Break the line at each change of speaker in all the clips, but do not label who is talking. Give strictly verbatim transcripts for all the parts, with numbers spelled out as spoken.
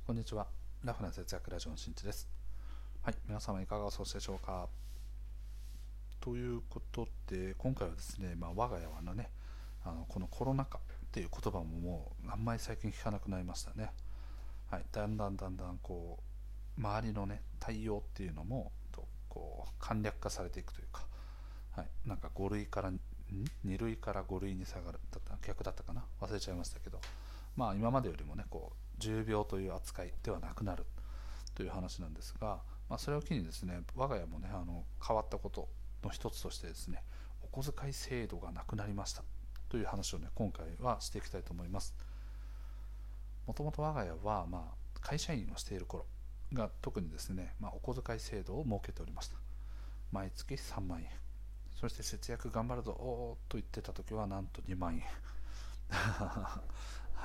こんにちは。ラフな節約ラジオのしんいちです。はい、皆様いかがお過ごしでしょうか。ということで、今回はですね、まあ、我が家はね、あのこのコロナ禍っていう言葉ももうあんまり最近聞かなくなりましたね。はい、だんだんだんだんこう周りのね対応っていうのもとこう簡略化されていくというか、はい、なんかご類からに類からご類に下がるだった逆だったかな、忘れちゃいましたけど、まあ今までよりもねこう重病という扱いではなくなるという話なんですが、まあ、それを機にですね我が家もねあの変わったことの一つとしてですね、お小遣い制度がなくなりましたという話をね今回はしていきたいと思います。もともと我が家は、まあ、会社員をしている頃が特にですね、まあ、お小遣い制度を設けておりました。毎月さんまん円、そして節約頑張るぞおーと言ってた時はなんとにまん円はい。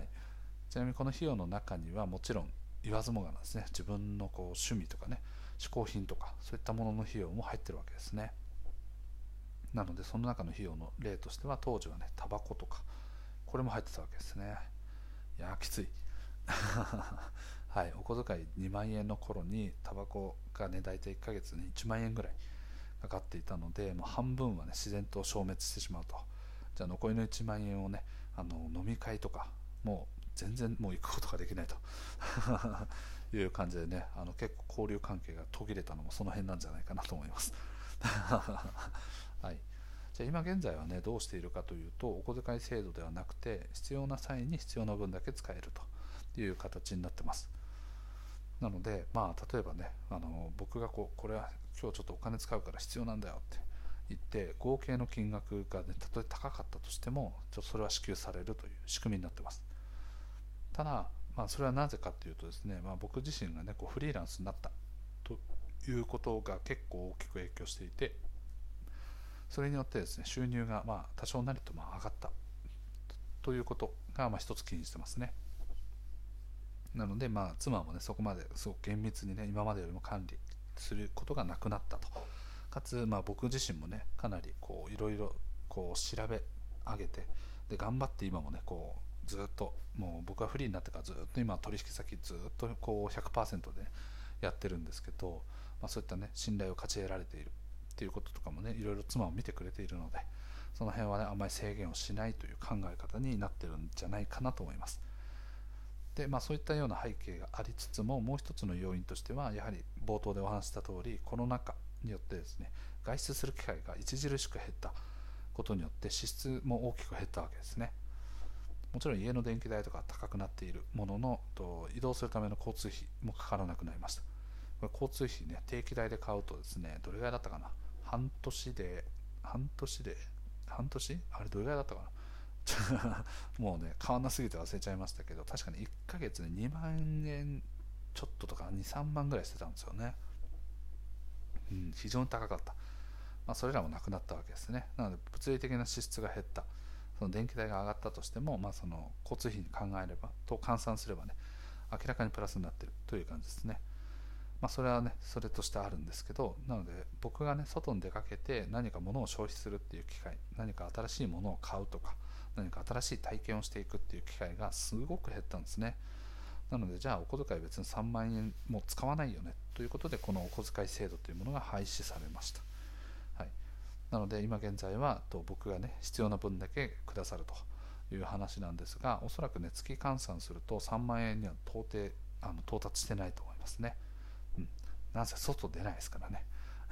ちなみにこの費用の中にはもちろん言わずもがなですね、自分のこう趣味とかね、嗜好品とかそういったものの費用も入ってるわけですね。なのでその中の費用の例としては、当時はねタバコとかこれも入ってたわけですね。いやーきついはい、お小遣いにまん円の頃にタバコがね大体いっかげつにいちまん円ぐらいかかっていたので、もう半分はね自然と消滅してしまうと。じゃあ残りのいちまん円をね、あの飲み会とかもう全然もう行くことができないという感じでね、あの結構交流関係が途切れたのもその辺なんじゃないかなと思いますはい。じゃあ今現在はねどうしているかというと、お小遣い制度ではなくて必要な際に必要な分だけ使えるという形になってます。なのでまあ例えばね、あの僕がこうこれは今日ちょっとお金使うから必要なんだよって言って合計の金額がねたとえ高かったとしてもちょっとそれは支給されるという仕組みになってます。ただまあそれはなぜかというとですね、まあ、僕自身がねこうフリーランスになったということが結構大きく影響していて、それによってですね収入がまあ多少なりとまあ上がったということがまあ一つ気にしてますね。なのでまあ妻もねそこまですごく厳密にね今までよりも管理することがなくなったと。かつまあ僕自身もねかなりこういろいろこう調べ上げて、で頑張って今もねこうずっともう僕はフリーになってからずっと今取引先ずっとこうひゃくパーセントでやってるんですけど、まあ、そういったね信頼を勝ち得られているっていうこととかもねいろいろ妻を見てくれているので、その辺はねあんまり制限をしないという考え方になってるんじゃないかなと思います。でまあ、そういったような背景がありつつも、もう一つの要因としてはやはり冒頭でお話した通り、コロナ禍によってですね外出する機会が著しく減ったことによって支出も大きく減ったわけですね。もちろん家の電気代とか高くなっているものの、と移動するための交通費もかからなくなりました。これ交通費ね定期代で買うとですね、どれぐらいだったかな、半年で半年で半年あれどれぐらいだったかなもうね変わんなすぎて忘れちゃいましたけど、確かにいっかげつでにまん円ちょっととかに、さんまんぐらいしてたんですよね。うん、非常に高かった。まあ、それらもなくなったわけですね。なので物理的な支出が減った、その電気代が上がったとしても、まあ、その交通費に考えればと換算すればね明らかにプラスになっているという感じですね。まあ、それはねそれとしてあるんですけど、なので僕がね外に出かけて何か物を消費するっていう機会、何か新しいものを買うとか何か新しい体験をしていくっていう機会がすごく減ったんですね。なのでじゃあお小遣い別にさんまん円も使わないよねということで、このお小遣い制度というものが廃止されました。はい、なので今現在はと僕がね必要な分だけくださるという話なんですが、おそらくね月換算するとさんまん円には到底あの到達してないと思いますね。うん、なんせ外出ないですからね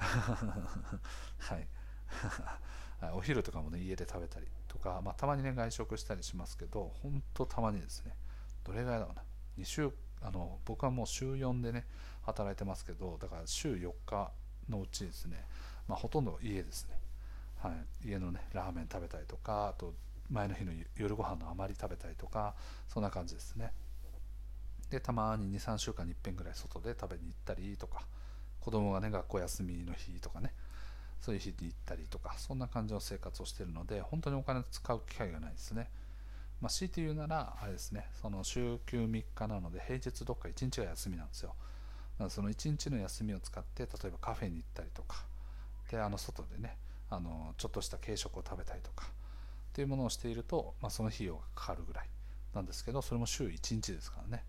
はいお昼とかもね家で食べたりとか、まあ、たまにね外食したりしますけど、ほんとたまにですね、どれぐらいだろうな、に週あの僕はもう週よんでね働いてますけど、だから週よっかのうちですね、まあ、ほとんど家ですね。はい、家のねラーメン食べたりとか、あと前の日の夜ご飯の余り食べたりとか、そんな感じですね。でたまににさんしゅうかんにいっぺんぐらい外で食べに行ったりとか、子供がね学校休みの日とかね、そういう日に行ったりとか、そんな感じの生活をしているので本当にお金を使う機会がないですね。まあ、強いて言うならあれですね、その週休みっかなので平日どっかいちにちが休みなんですよ。なのでそのいちにちの休みを使って例えばカフェに行ったりとかで、あの外でねあのちょっとした軽食を食べたりとかっていうものをしていると、まあ、その費用がかかるぐらいなんですけど、それも週いちにちですからね。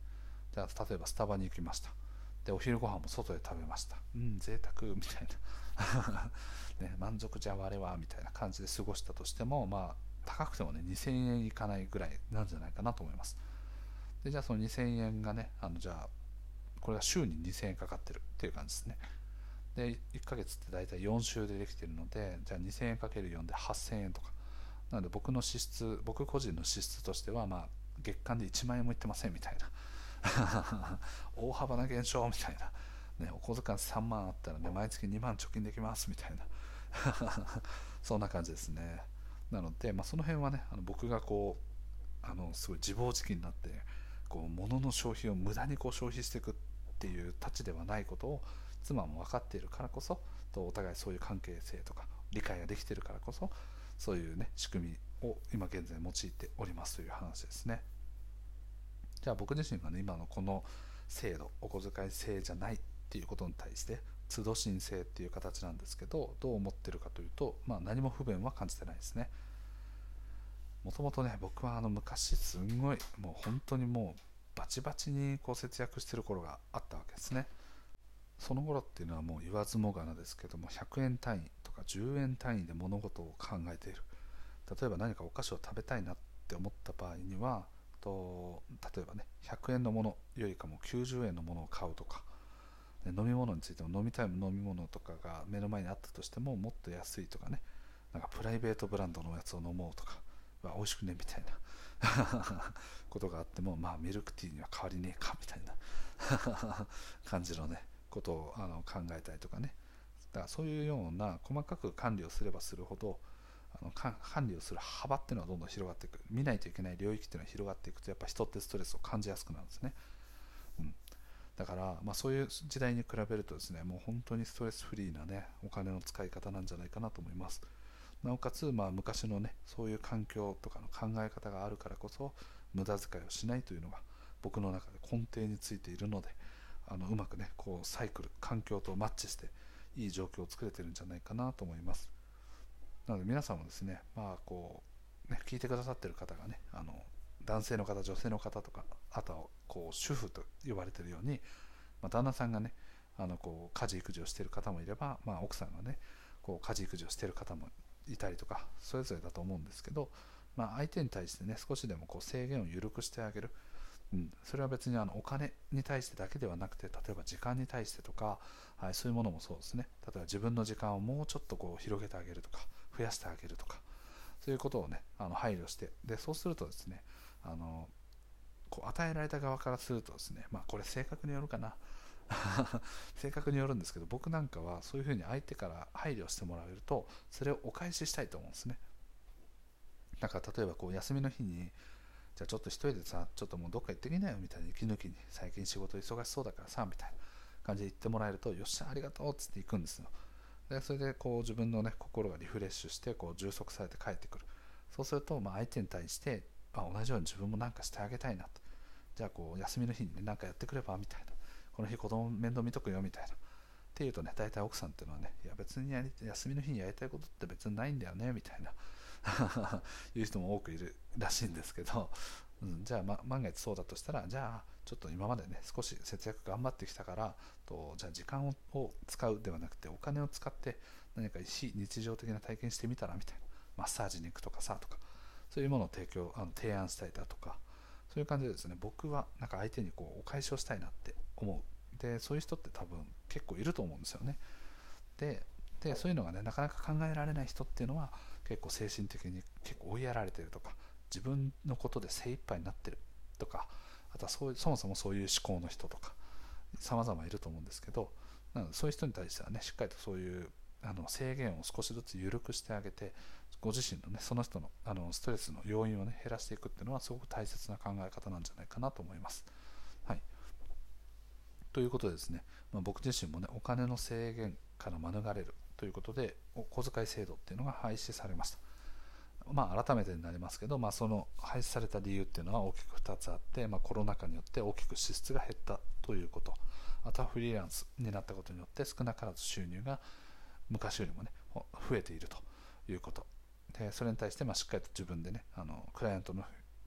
じゃあ例えばスタバに行きました。でお昼ご飯も外で食べました。うん贅沢みたいなね、満足じゃ我はみたいな感じで過ごしたとしても、まあ高くてもねにせんえんいかないぐらいなんじゃないかなと思います。でじゃあそのにせんえんがね、あのじゃあこれが週ににせんえんかかってるっていう感じですね。でいっかげつって大体よん週でできているので、じゃあにせんえんかけるよんではっせんえんとかなので、僕の支出僕個人の支出としては、まあ月間でいちまん円もいってませんみたいな大幅な減少みたいな、ね、お小遣いさんまんあったらね毎月にまん貯金できますみたいなそんな感じですね。なので、まあ、その辺はね、あの僕がこうあのすごい自暴自棄になってこう物の消費を無駄にこう消費していくっていうたちではないことを妻も分かっているからこそ、とお互いそういう関係性とか理解ができているからこそ、そういうね仕組みを今現在用いておりますという話ですね。じゃあ僕自身がね今のこの制度、お小遣い制じゃないっていうことに対して都度申請っていう形なんですけど、どう思ってるかというと、まあ、何も不便は感じてないですね。もともとね僕はあの昔すんごいもう本当にもうバチバチにこう節約してる頃があったわけですね。その頃っていうのはもう言わずもがなですけども、ひゃくえん単位とかじゅうえん単位で物事を考えている。例えば何かお菓子を食べたいなって思った場合にはと例えばねひゃくえんのものよりかもきゅうじゅうえんのものを買うとか、飲み物についても飲みたい飲み物とかが目の前にあったとしてももっと安いとかね、なんかプライベートブランドのやつを飲もうとか、美味しくねみたいなことがあっても、まあミルクティーには変わりねえかみたいな感じのねことをあの考えたりとかね、だからそういうような細かく管理をすればするほど、あの管理をする幅っていうのはどんどん広がっていく、見ないといけない領域っていうのは広がっていくと、やっぱ人ってストレスを感じやすくなるんですね。うん、だから、まあ、そういう時代に比べるとですね、もう本当にストレスフリーなねお金の使い方なんじゃないかなと思います。なおかつ、まあ、昔のねそういう環境とかの考え方があるからこそ無駄遣いをしないというのが僕の中で根底についているので、あのうまくねこうサイクル環境とマッチしていい状況を作れてるんじゃないかなと思います。なので皆さんもですね、まあこうね、聞いてくださってる方がね、あの男性の方女性の方とか、あとはこう主婦と呼ばれているように、まあ、旦那さんがねあのこう家事育児をしている方もいれば、まあ、奥さんがねこう家事育児をしている方もいたりとか、それぞれだと思うんですけど、まあ、相手に対してね少しでもこう制限を緩くしてあげる、うん、それは別にあのお金に対してだけではなくて、例えば時間に対してとか、はい、そういうものもそうですね。例えば自分の時間をもうちょっとこう広げてあげるとか増やしてあげるとか、そういうことをねあの配慮して、でそうするとですね、あのこう与えられた側からするとですね、まあこれ性格によるかな性格によるんですけど、僕なんかはそういうふうに相手から配慮してもらえるとそれをお返ししたいと思うんですね。だから例えばこう休みの日に、じゃあちょっと一人でさちょっともうどっか行ってきなよみたいな、息抜きに最近仕事忙しそうだからさみたいな感じで言ってもらえると、よっしゃありがとうっつって行くんですよ。でそれでこう自分のね心がリフレッシュしてこう充足されて帰ってくる。そうすると、まあ、相手に対して、まあ、同じように自分も何かしてあげたいなと、じゃあこう休みの日にね何かやってくればみたいな、この日子供面倒見とくよみたいなっていうとね、大体奥さんっていうのはね、いや別にやり休みの日にやりたいことって別にないんだよねみたいないう人も多くいるらしいんですけど、うん、じゃあ、ま、万が一そうだとしたら、じゃあちょっと今までね少し節約頑張ってきたからと、じゃあ時間を使うではなくてお金を使って何か非日常的な体験してみたらみたいな、マッサージに行くとかさとか、そういうものを提供あの提案したりだとか、そういう感じでですね、僕はなんか相手にこうお返しをしたいなって思う。でそういう人って多分結構いると思うんですよね。ででそういうのがねなかなか考えられない人っていうのは結構精神的に結構追いやられてるとか、自分のことで精一杯になってるとか、あとはそうそもそもそういう思考の人とか様々いると思うんですけど、なのでそういう人に対してはねしっかりとそういうあの制限を少しずつ緩くしてあげて、ご自身のねその人の、あのストレスの要因をね減らしていくっていうのはすごく大切な考え方なんじゃないかなと思います。はい。ということでですね、まあ、僕自身もねお金の制限から免れるということでお小遣い制度っていうのが廃止されました。まあ改めてになりますけど、まあ、その廃止された理由っていうのは大きくふたつあって、まあ、コロナ禍によって大きく支出が減ったということ、あとはフリーランスになったことによって少なからず収入が昔よりもね増えているということで、それに対してまあしっかりと自分でねあのクライアントの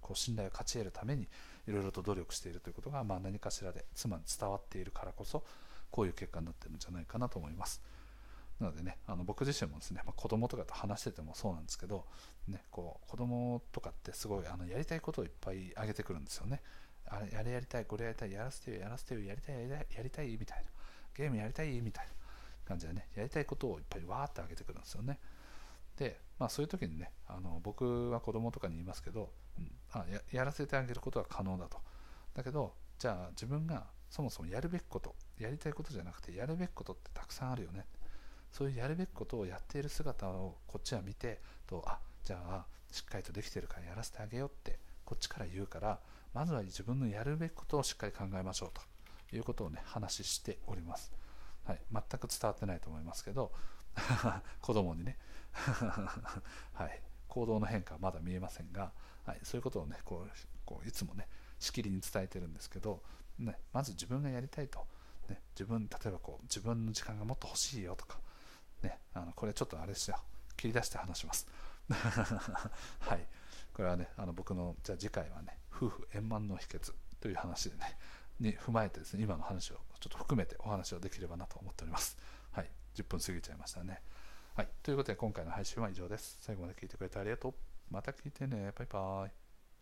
こう信頼を勝ち得るためにいろいろと努力しているということが、まあ、何かしらで妻に伝わっているからこそこういう結果になっているんじゃないかなと思います。なのでね、あの僕自身もですね、まあ、子供とかと話しててもそうなんですけど、ね、こう子供とかってすごいあのやりたいことをいっぱいあげてくるんですよね。あれやれやりたい、これやりたい、やらせてよ、やらせてよ、やりたい、やりたい、やりたいみたいな、ゲームやりたいみたいな感じでね、やりたいことをいっぱいわーってあげてくるんですよね。で、まあ、そういう時にね、あの僕は子供とかに言いますけど、うん、あ や, やらせてあげることは可能だと。だけど、じゃあ自分がそもそもやるべきこと、やりたいことじゃなくてやるべきことってたくさんあるよね。そういうやるべきことをやっている姿をこっちは見てと、あ、じゃあしっかりとできてるからやらせてあげようってこっちから言うから、まずは自分のやるべきことをしっかり考えましょうということをね話しております。はい、全く伝わってないと思いますけど子供にねはい、行動の変化はまだ見えませんが、はい、そういうことをねこうこういつもねしきりに伝えてるんですけど、ね、まず自分がやりたいと、ね、自分例えばこう自分の時間がもっと欲しいよとか、ね、あのこれちょっとあれですよ、切り出して話しますはい、これはねあの僕のじゃあ次回はね夫婦円満の秘訣という話でねに踏まえてですね、今の話をちょっと含めてお話をできればなと思っております。はい、じゅっぷん過ぎちゃいましたね。はい、ということで今回の配信は以上です。最後まで聞いてくれてありがとう。また聞いてね。バイバイ。